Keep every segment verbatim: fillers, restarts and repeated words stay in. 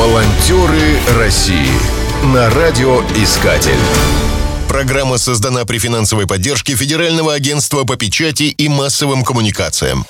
Волонтеры России на радиоискатель. Программа создана при финансовой поддержке Федерального агентства по печати и массовым коммуникациям.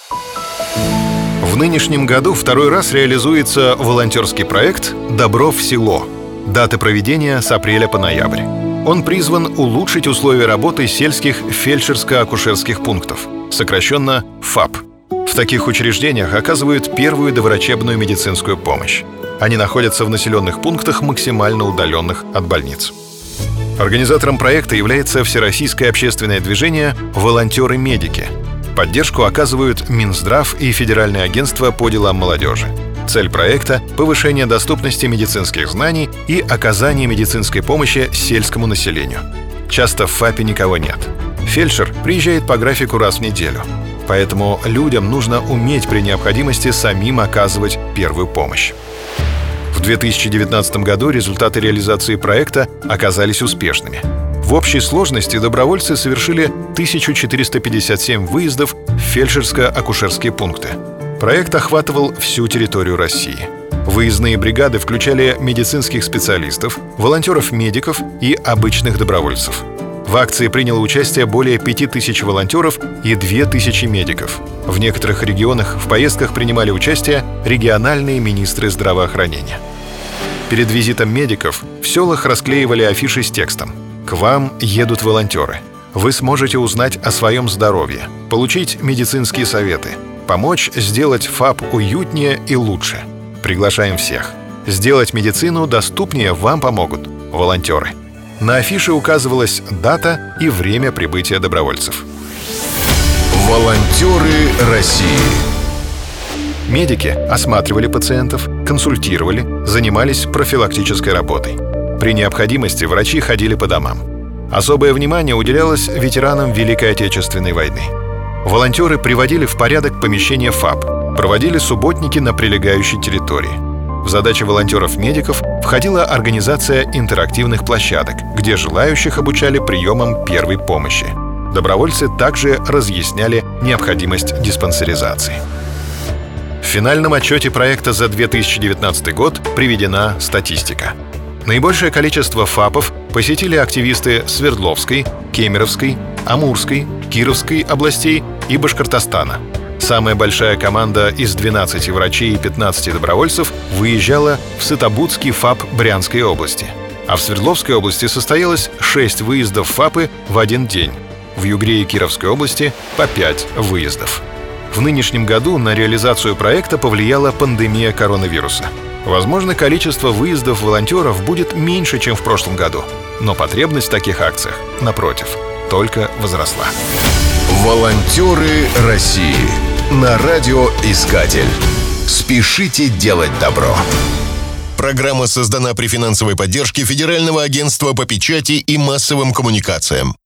В нынешнем году второй раз реализуется волонтерский проект «Добро в село». Даты проведения с апреля по ноябрь. Он призван улучшить условия работы сельских фельдшерско-акушерских пунктов, сокращенно ФАП. В таких учреждениях оказывают первую доврачебную медицинскую помощь. Они находятся в населенных пунктах, максимально удаленных от больниц. Организатором проекта является Всероссийское общественное движение «Волонтеры-медики». Поддержку оказывают Минздрав и Федеральное агентство по делам молодежи. Цель проекта – повышение доступности медицинских знаний и оказание медицинской помощи сельскому населению. Часто в ФАПе никого нет. Фельдшер приезжает по графику раз в неделю. Поэтому людям нужно уметь при необходимости самим оказывать первую помощь. В две тысячи девятнадцатом году результаты реализации проекта оказались успешными. В общей сложности добровольцы совершили тысячу четыреста пятьдесят семь выездов в фельдшерско-акушерские пункты. Проект охватывал всю территорию России. Выездные бригады включали медицинских специалистов, волонтеров-медиков и обычных добровольцев. В акции приняло участие более пяти тысяч волонтеров и две тысячи медиков. В некоторых регионах в поездках принимали участие региональные министры здравоохранения. Перед визитом медиков в селах расклеивали афиши с текстом: «К вам едут волонтеры. Вы сможете узнать о своем здоровье, получить медицинские советы, помочь сделать ФАП уютнее и лучше. Приглашаем всех. Сделать медицину доступнее вам помогут волонтеры». На афише указывалась дата и время прибытия добровольцев. Волонтеры России. Медики осматривали пациентов, консультировали, занимались профилактической работой. При необходимости врачи ходили по домам. Особое внимание уделялось ветеранам Великой Отечественной войны. Волонтеры приводили в порядок помещения ФАП, проводили субботники на прилегающей территории. В задачи волонтеров-медиков входила организация интерактивных площадок, где желающих обучали приемам первой помощи. Добровольцы также разъясняли необходимость диспансеризации. В финальном отчете проекта за две тысячи девятнадцатый год приведена статистика. Наибольшее количество ФАПов посетили активисты Свердловской, Кемеровской, Амурской, Кировской областей и Башкортостана. Самая большая команда из двенадцати врачей и пятнадцати добровольцев выезжала в Сытобудский ФАП Брянской области. А в Свердловской области состоялось шесть выездов в ФАПы в один день. В Югре и Кировской области по пять выездов. В нынешнем году на реализацию проекта повлияла пандемия коронавируса. Возможно, количество выездов волонтеров будет меньше, чем в прошлом году. Но потребность в таких акциях, напротив, только возросла. Волонтеры России на радиоискатель. Спешите делать добро. Программа создана при финансовой поддержке Федерального агентства по печати и массовым коммуникациям.